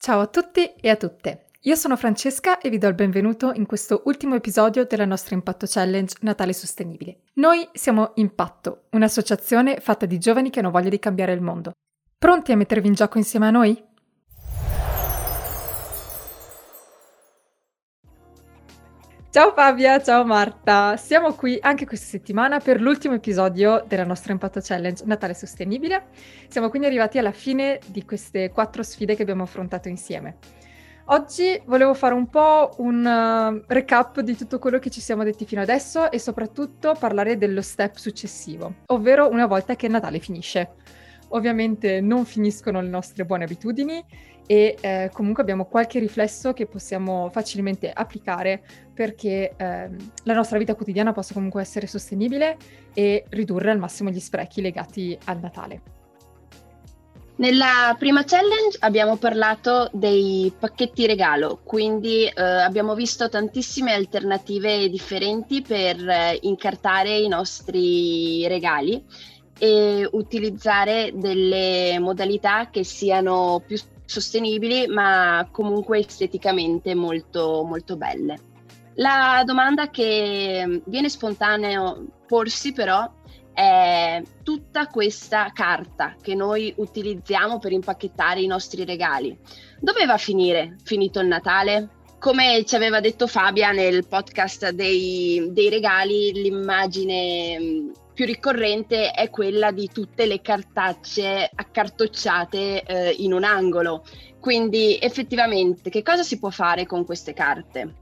Ciao a tutti e a tutte. Io sono Francesca e vi do il benvenuto in questo ultimo episodio della nostra Impatto Challenge Natale Sostenibile. Noi siamo Impatto, un'associazione fatta di giovani che hanno voglia di cambiare il mondo. Pronti a mettervi in gioco insieme a noi? Ciao Fabia, ciao Marta. Siamo qui anche questa settimana per l'ultimo episodio della nostra Impatto Challenge Natale Sostenibile. Siamo quindi arrivati alla fine di queste 4 sfide che abbiamo affrontato insieme. Oggi volevo fare un po' un recap di tutto quello che ci siamo detti fino adesso e soprattutto parlare dello step successivo, ovvero una volta che Natale finisce. Ovviamente non finiscono le nostre buone abitudini e comunque abbiamo qualche riflesso che possiamo facilmente applicare perché la nostra vita quotidiana possa comunque essere sostenibile e ridurre al massimo gli sprechi legati al Natale. Nella prima challenge abbiamo parlato dei pacchetti regalo, quindi abbiamo visto tantissime alternative differenti per incartare i nostri regali e utilizzare delle modalità che siano più sostenibili ma comunque esteticamente molto, molto belle. La domanda che viene spontaneo porsi però è tutta questa carta che noi utilizziamo per impacchettare i nostri regali. Dove va a finire, finito il Natale? Come ci aveva detto Fabia nel podcast dei regali, l'immagine più ricorrente è quella di tutte le cartacce accartocciate in un angolo. Quindi effettivamente che cosa si può fare con queste carte?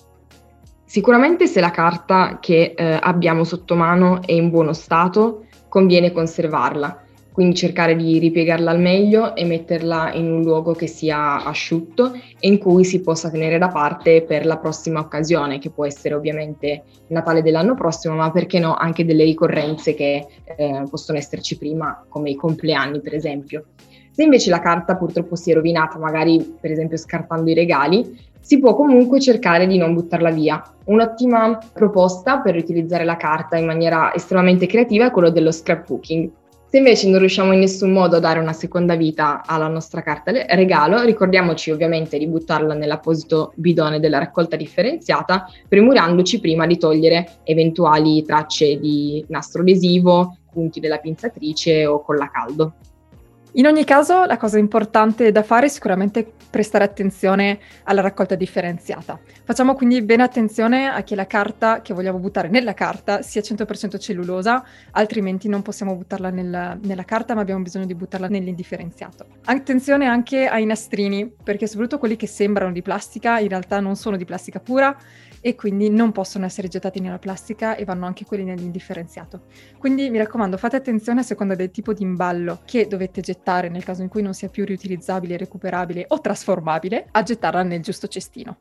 Sicuramente se la carta che abbiamo sotto mano è in buono stato, conviene conservarla, quindi cercare di ripiegarla al meglio e metterla in un luogo che sia asciutto e in cui si possa tenere da parte per la prossima occasione, che può essere ovviamente il Natale dell'anno prossimo, ma perché no anche delle ricorrenze che possono esserci prima, come i compleanni per esempio. Se invece la carta purtroppo si è rovinata, magari per esempio scartando i regali, si può comunque cercare di non buttarla via. Un'ottima proposta per riutilizzare la carta in maniera estremamente creativa è quello dello scrapbooking. Se invece non riusciamo in nessun modo a dare una seconda vita alla nostra carta regalo, ricordiamoci ovviamente di buttarla nell'apposito bidone della raccolta differenziata, premurandoci prima di togliere eventuali tracce di nastro adesivo, punti della pinzatrice o collacaldo. In ogni caso, la cosa importante da fare è sicuramente prestare attenzione alla raccolta differenziata. Facciamo quindi bene attenzione a che la carta che vogliamo buttare nella carta sia 100% cellulosa, altrimenti non possiamo buttarla nella carta, ma abbiamo bisogno di buttarla nell'indifferenziato. Attenzione anche ai nastrini, perché soprattutto quelli che sembrano di plastica in realtà non sono di plastica pura e quindi non possono essere gettati nella plastica e vanno anche quelli nell'indifferenziato. Quindi mi raccomando, fate attenzione a seconda del tipo di imballo che dovete gettare nel caso in cui non sia più riutilizzabile, recuperabile o trasformabile, a gettarla nel giusto cestino.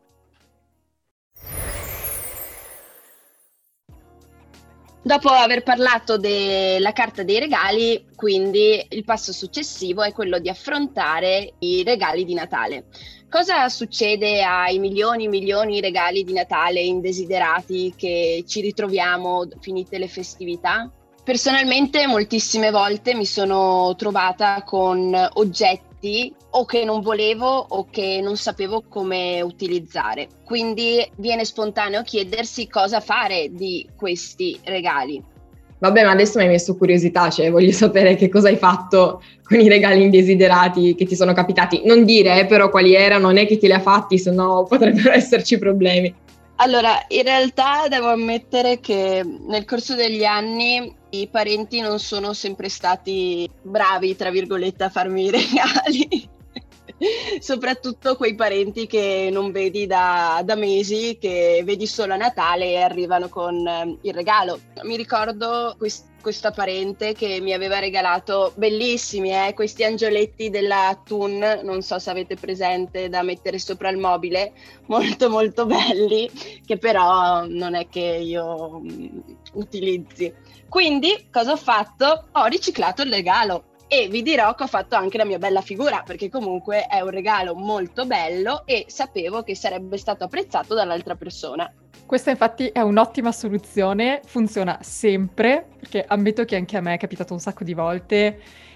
Dopo aver parlato della carta dei regali, quindi il passo successivo è quello di affrontare i regali di Natale. Cosa succede ai milioni di regali di Natale indesiderati che ci ritroviamo finite le festività? Personalmente moltissime volte mi sono trovata con oggetti o che non volevo o che non sapevo come utilizzare. Quindi viene spontaneo chiedersi cosa fare di questi regali. Vabbè, ma adesso mi hai messo curiosità, cioè voglio sapere che cosa hai fatto con i regali indesiderati che ti sono capitati. Non dire però quali erano, non è che te li ha fatti, sennò potrebbero esserci problemi. Allora, in realtà devo ammettere che nel corso degli anni i parenti non sono sempre stati bravi, tra virgolette, a farmi i regali. Soprattutto quei parenti che non vedi da mesi, che vedi solo a Natale e arrivano con il regalo. Mi ricordo questa parente che mi aveva regalato bellissimi, questi angioletti della Thun, non so se avete presente, da mettere sopra il mobile, molto molto belli, che però non è che io utilizzi. Quindi cosa ho fatto? Ho riciclato il regalo. E vi dirò che ho fatto anche la mia bella figura, perché comunque è un regalo molto bello e sapevo che sarebbe stato apprezzato dall'altra persona. Questa infatti è un'ottima soluzione, funziona sempre, perché ammetto che anche a me è capitato un sacco di volte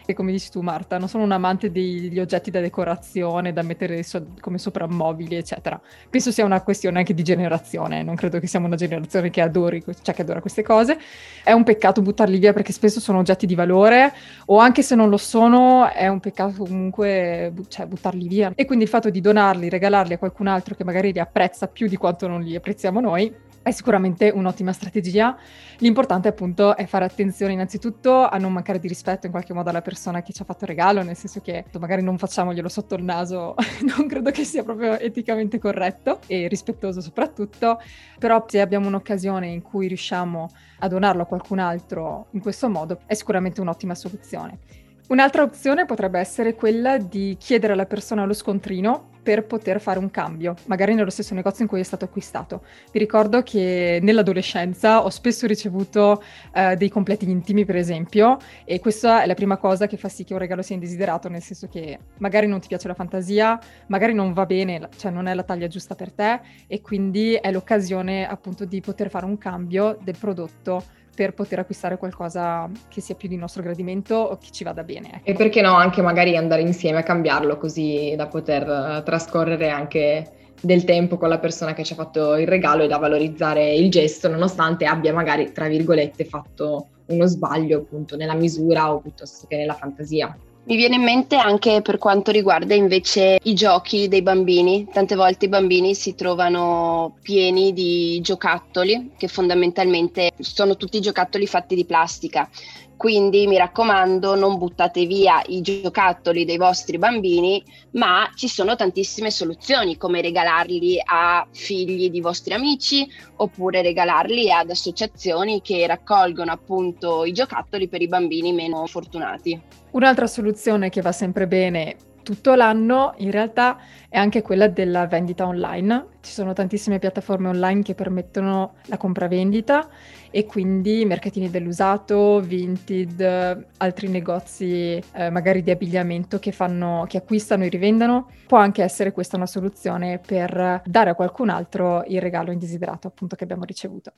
E come dici tu, Marta, non sono un amante degli oggetti da decorazione, da mettere come soprammobili, eccetera. Penso sia una questione anche di generazione, non credo che siamo una generazione che che adora queste cose. È un peccato buttarli via perché spesso sono oggetti di valore, o anche se non lo sono, è un peccato comunque buttarli via. E quindi il fatto di donarli, regalarli a qualcun altro che magari li apprezza più di quanto non li apprezziamo noi, è sicuramente un'ottima strategia. L'importante appunto è fare attenzione innanzitutto a non mancare di rispetto in qualche modo alla persona che ci ha fatto il regalo, nel senso che magari non facciamoglielo sotto il naso, non credo che sia proprio eticamente corretto e rispettoso soprattutto, però se abbiamo un'occasione in cui riusciamo a donarlo a qualcun altro in questo modo è sicuramente un'ottima soluzione. Un'altra opzione potrebbe essere quella di chiedere alla persona lo scontrino per poter fare un cambio, magari nello stesso negozio in cui è stato acquistato. Vi ricordo che nell'adolescenza ho spesso ricevuto dei completi intimi, per esempio, e questa è la prima cosa che fa sì che un regalo sia indesiderato, nel senso che magari non ti piace la fantasia, magari non va bene, cioè non è la taglia giusta per te, e quindi è l'occasione appunto di poter fare un cambio del prodotto per poter acquistare qualcosa che sia più di nostro gradimento o che ci vada bene. Ecco. E perché no, anche magari andare insieme a cambiarlo, così da poter trascorrere anche del tempo con la persona che ci ha fatto il regalo e da valorizzare il gesto, nonostante abbia magari, tra virgolette, fatto uno sbaglio appunto nella misura o piuttosto che nella fantasia. Mi viene in mente anche per quanto riguarda invece i giochi dei bambini. Tante volte i bambini si trovano pieni di giocattoli, che fondamentalmente sono tutti giocattoli fatti di plastica. Quindi mi raccomando, non buttate via i giocattoli dei vostri bambini, ma ci sono tantissime soluzioni, come regalarli a figli di vostri amici oppure regalarli ad associazioni che raccolgono appunto i giocattoli per i bambini meno fortunati. Un'altra soluzione che va sempre bene tutto l'anno in realtà è anche quella della vendita online. Ci sono tantissime piattaforme online che permettono la compravendita e quindi mercatini dell'usato, Vinted, altri negozi magari di abbigliamento che acquistano e rivendono. Può anche essere questa una soluzione per dare a qualcun altro il regalo indesiderato appunto che abbiamo ricevuto.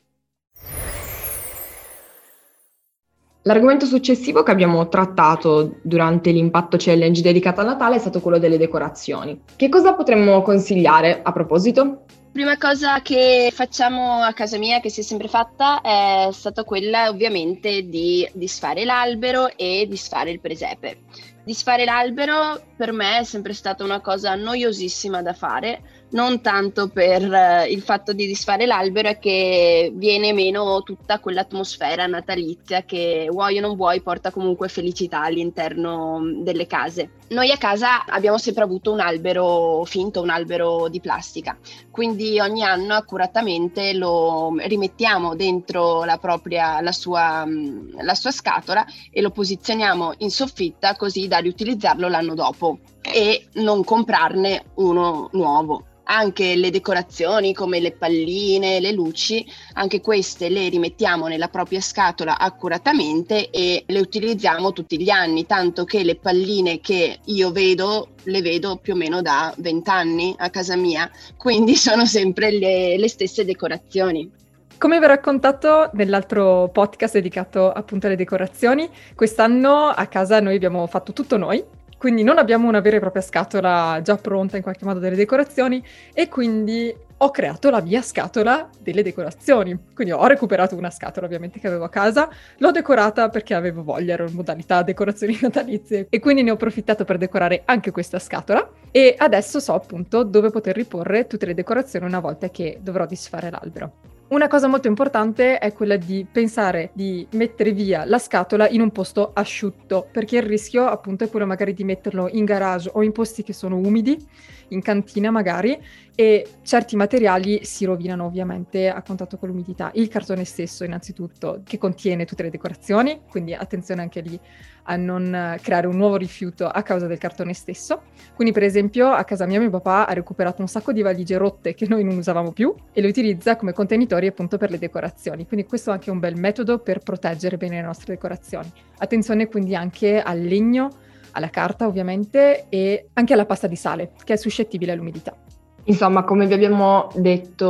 L'argomento successivo che abbiamo trattato durante l'impatto challenge dedicato a Natale è stato quello delle decorazioni. Che cosa potremmo consigliare a proposito? Prima cosa che facciamo a casa mia, che si è sempre fatta, è stata quella ovviamente di disfare l'albero e disfare il presepe. Disfare l'albero per me è sempre stata una cosa noiosissima da fare, non tanto per il fatto di disfare l'albero, è che viene meno tutta quell'atmosfera natalizia che vuoi o non vuoi porta comunque felicità all'interno delle case. Noi a casa abbiamo sempre avuto un albero finto, un albero di plastica, quindi ogni anno accuratamente lo rimettiamo dentro la sua scatola e lo posizioniamo in soffitta così da riutilizzarlo l'anno dopo e non comprarne uno nuovo. Anche le decorazioni come le palline, le luci, anche queste le rimettiamo nella propria scatola accuratamente e le utilizziamo tutti gli anni, tanto che le palline che io vedo, le vedo più o meno da 20 anni a casa mia, quindi sono sempre le stesse decorazioni. Come vi ho raccontato nell'altro podcast dedicato appunto alle decorazioni, quest'anno a casa noi abbiamo fatto tutto noi. Quindi non abbiamo una vera e propria scatola già pronta in qualche modo delle decorazioni e quindi ho creato la mia scatola delle decorazioni. Quindi ho recuperato una scatola ovviamente che avevo a casa, l'ho decorata perché avevo voglia, ero in modalità decorazioni natalizie e quindi ne ho approfittato per decorare anche questa scatola e adesso so appunto dove poter riporre tutte le decorazioni una volta che dovrò disfare l'albero. Una cosa molto importante è quella di pensare di mettere via la scatola in un posto asciutto, perché il rischio appunto è quello magari di metterlo in garage o in posti che sono umidi, in cantina magari, e certi materiali si rovinano ovviamente a contatto con l'umidità. Il cartone stesso innanzitutto, che contiene tutte le decorazioni, quindi attenzione anche lì a non creare un nuovo rifiuto a causa del cartone stesso. Quindi per esempio a casa mia mio papà ha recuperato un sacco di valigie rotte che noi non usavamo più e le utilizza come contenitori appunto per le decorazioni. Quindi questo è anche un bel metodo per proteggere bene le nostre decorazioni. Attenzione quindi anche al legno, alla carta ovviamente e anche alla pasta di sale che è suscettibile all'umidità. Insomma, come vi abbiamo detto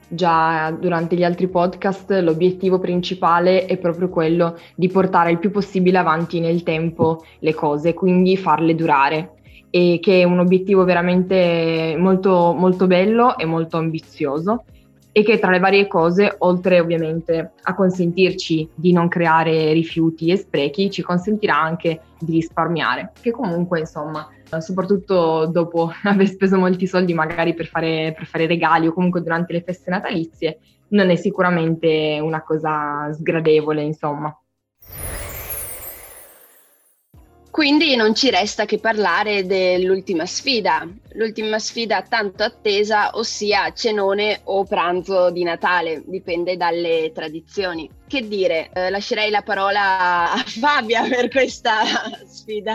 già durante gli altri podcast, l'obiettivo principale è proprio quello di portare il più possibile avanti nel tempo le cose, quindi farle durare, e che è un obiettivo veramente molto, molto bello e molto ambizioso, e che tra le varie cose, oltre ovviamente a consentirci di non creare rifiuti e sprechi, ci consentirà anche di risparmiare, che comunque insomma, soprattutto dopo aver speso molti soldi magari per fare regali o comunque durante le feste natalizie, non è sicuramente una cosa sgradevole, insomma. Quindi non ci resta che parlare dell'ultima sfida tanto attesa, ossia cenone o pranzo di Natale, dipende dalle tradizioni. Che dire, lascerei la parola a Fabia per questa sfida.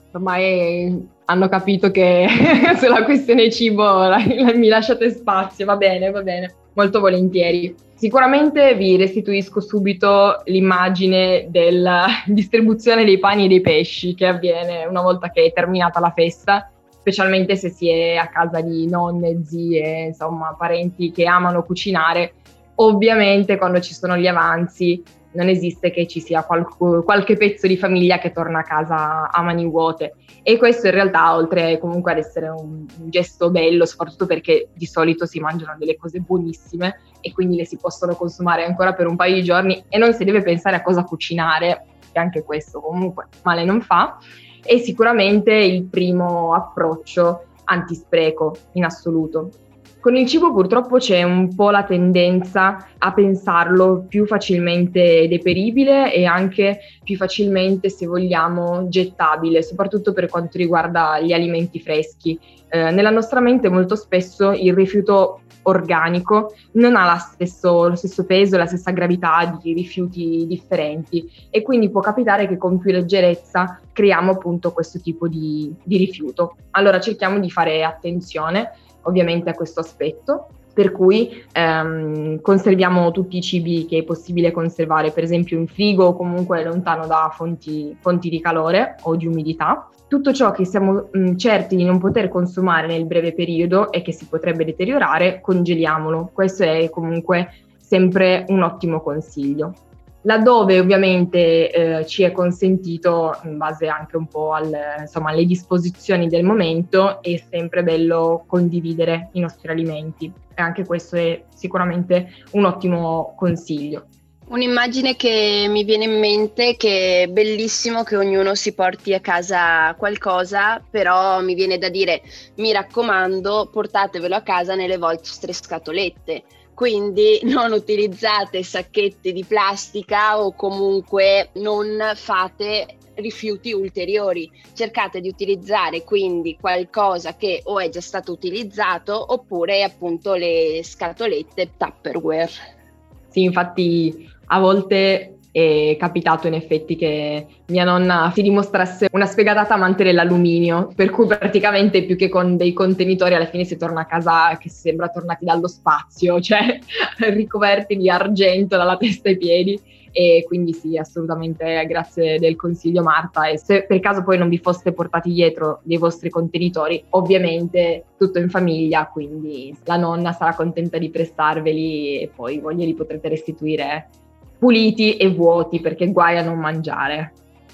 Ormai hanno capito che sulla questione cibo mi lasciate spazio, va bene, molto volentieri. Sicuramente vi restituisco subito l'immagine della distribuzione dei pani e dei pesci che avviene una volta che è terminata la festa, specialmente se si è a casa di nonne, zie, insomma parenti che amano cucinare. Ovviamente quando ci sono gli avanzi non esiste che ci sia qualche pezzo di famiglia che torna a casa a mani vuote, e questo in realtà, oltre comunque ad essere un gesto bello, soprattutto perché di solito si mangiano delle cose buonissime e quindi le si possono consumare ancora per un paio di giorni e non si deve pensare a cosa cucinare, che anche questo comunque male non fa, è sicuramente il primo approccio antispreco in assoluto. Con il cibo purtroppo c'è un po' la tendenza a pensarlo più facilmente deperibile e anche più facilmente, se vogliamo, gettabile, soprattutto per quanto riguarda gli alimenti freschi. Nella nostra mente molto spesso il rifiuto organico non ha lo stesso peso, la stessa gravità di rifiuti differenti, e quindi può capitare che con più leggerezza creiamo appunto questo tipo di rifiuto. Allora cerchiamo di fare attenzione ovviamente a questo aspetto, per cui conserviamo tutti i cibi che è possibile conservare, per esempio in frigo o comunque lontano da fonti di calore o di umidità. Tutto ciò che siamo certi di non poter consumare nel breve periodo e che si potrebbe deteriorare, congeliamolo. Questo è comunque sempre un ottimo consiglio. Laddove ovviamente ci è consentito, in base anche un po' alle disposizioni del momento, è sempre bello condividere i nostri alimenti, e anche questo è sicuramente un ottimo consiglio. Un'immagine che mi viene in mente, che è bellissimo che ognuno si porti a casa qualcosa, però mi viene da dire, mi raccomando, portatevelo a casa nelle vostre scatolette. Quindi non utilizzate sacchetti di plastica o comunque non fate rifiuti ulteriori. Cercate di utilizzare quindi qualcosa che o è già stato utilizzato oppure appunto le scatolette Tupperware. Sì, infatti a volte è capitato in effetti che mia nonna si dimostrasse una sfegatata amante dell'alluminio, per cui praticamente più che con dei contenitori alla fine si torna a casa che sembra tornati dallo spazio, cioè ricoperti di argento dalla testa ai piedi. E quindi sì, assolutamente grazie del consiglio Marta, e se per caso poi non vi foste portati dietro dei vostri contenitori, ovviamente tutto in famiglia, quindi la nonna sarà contenta di prestarveli e poi voi glieli potrete restituire puliti e vuoti, perché guai a non mangiare.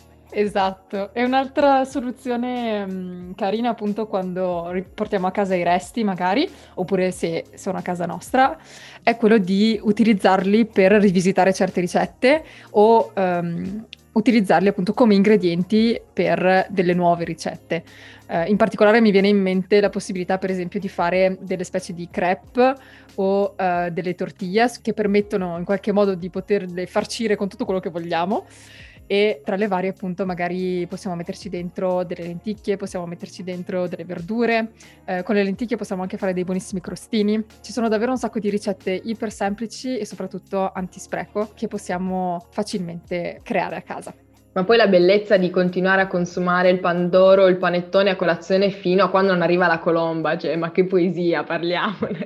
Esatto, è un'altra soluzione carina appunto quando portiamo a casa i resti magari, oppure se sono a casa nostra, è quello di utilizzarli per rivisitare certe ricette o utilizzarli appunto come ingredienti per delle nuove ricette. In particolare mi viene in mente la possibilità per esempio di fare delle specie di crepe o delle tortillas che permettono in qualche modo di poterle farcire con tutto quello che vogliamo. E tra le varie appunto magari possiamo metterci dentro delle lenticchie, possiamo metterci dentro delle verdure, con le lenticchie possiamo anche fare dei buonissimi crostini. Ci sono davvero un sacco di ricette iper semplici e soprattutto antispreco che possiamo facilmente creare a casa. Ma poi la bellezza di continuare a consumare il pandoro, il panettone a colazione fino a quando non arriva la colomba, cioè ma che poesia, parliamone!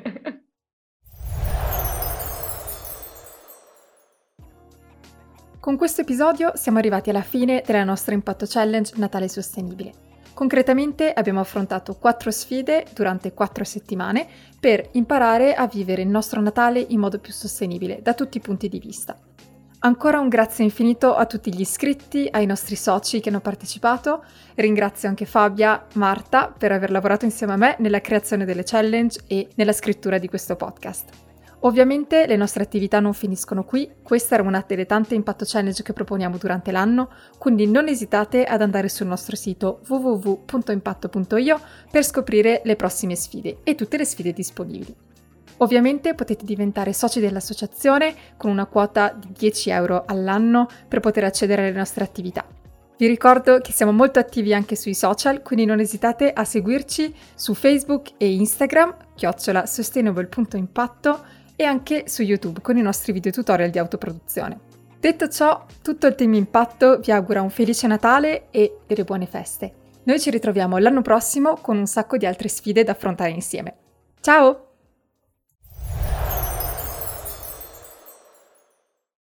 Con questo episodio siamo arrivati alla fine della nostra Impatto Challenge Natale Sostenibile. Concretamente abbiamo affrontato 4 sfide durante 4 settimane per imparare a vivere il nostro Natale in modo più sostenibile da tutti i punti di vista. Ancora un grazie infinito a tutti gli iscritti, ai nostri soci che hanno partecipato. Ringrazio anche Fabia, Marta per aver lavorato insieme a me nella creazione delle challenge e nella scrittura di questo podcast. Ovviamente le nostre attività non finiscono qui, questa era una delle tante Impatto Challenge che proponiamo durante l'anno, quindi non esitate ad andare sul nostro sito www.impatto.io per scoprire le prossime sfide e tutte le sfide disponibili. Ovviamente potete diventare soci dell'associazione con una quota di 10 euro all'anno per poter accedere alle nostre attività. Vi ricordo che siamo molto attivi anche sui social, quindi non esitate a seguirci su Facebook e Instagram, @sustainable.impatto, e anche su YouTube con i nostri video tutorial di autoproduzione. Detto ciò, tutto il team Impatto vi augura un felice Natale e delle buone feste. Noi ci ritroviamo l'anno prossimo con un sacco di altre sfide da affrontare insieme. Ciao!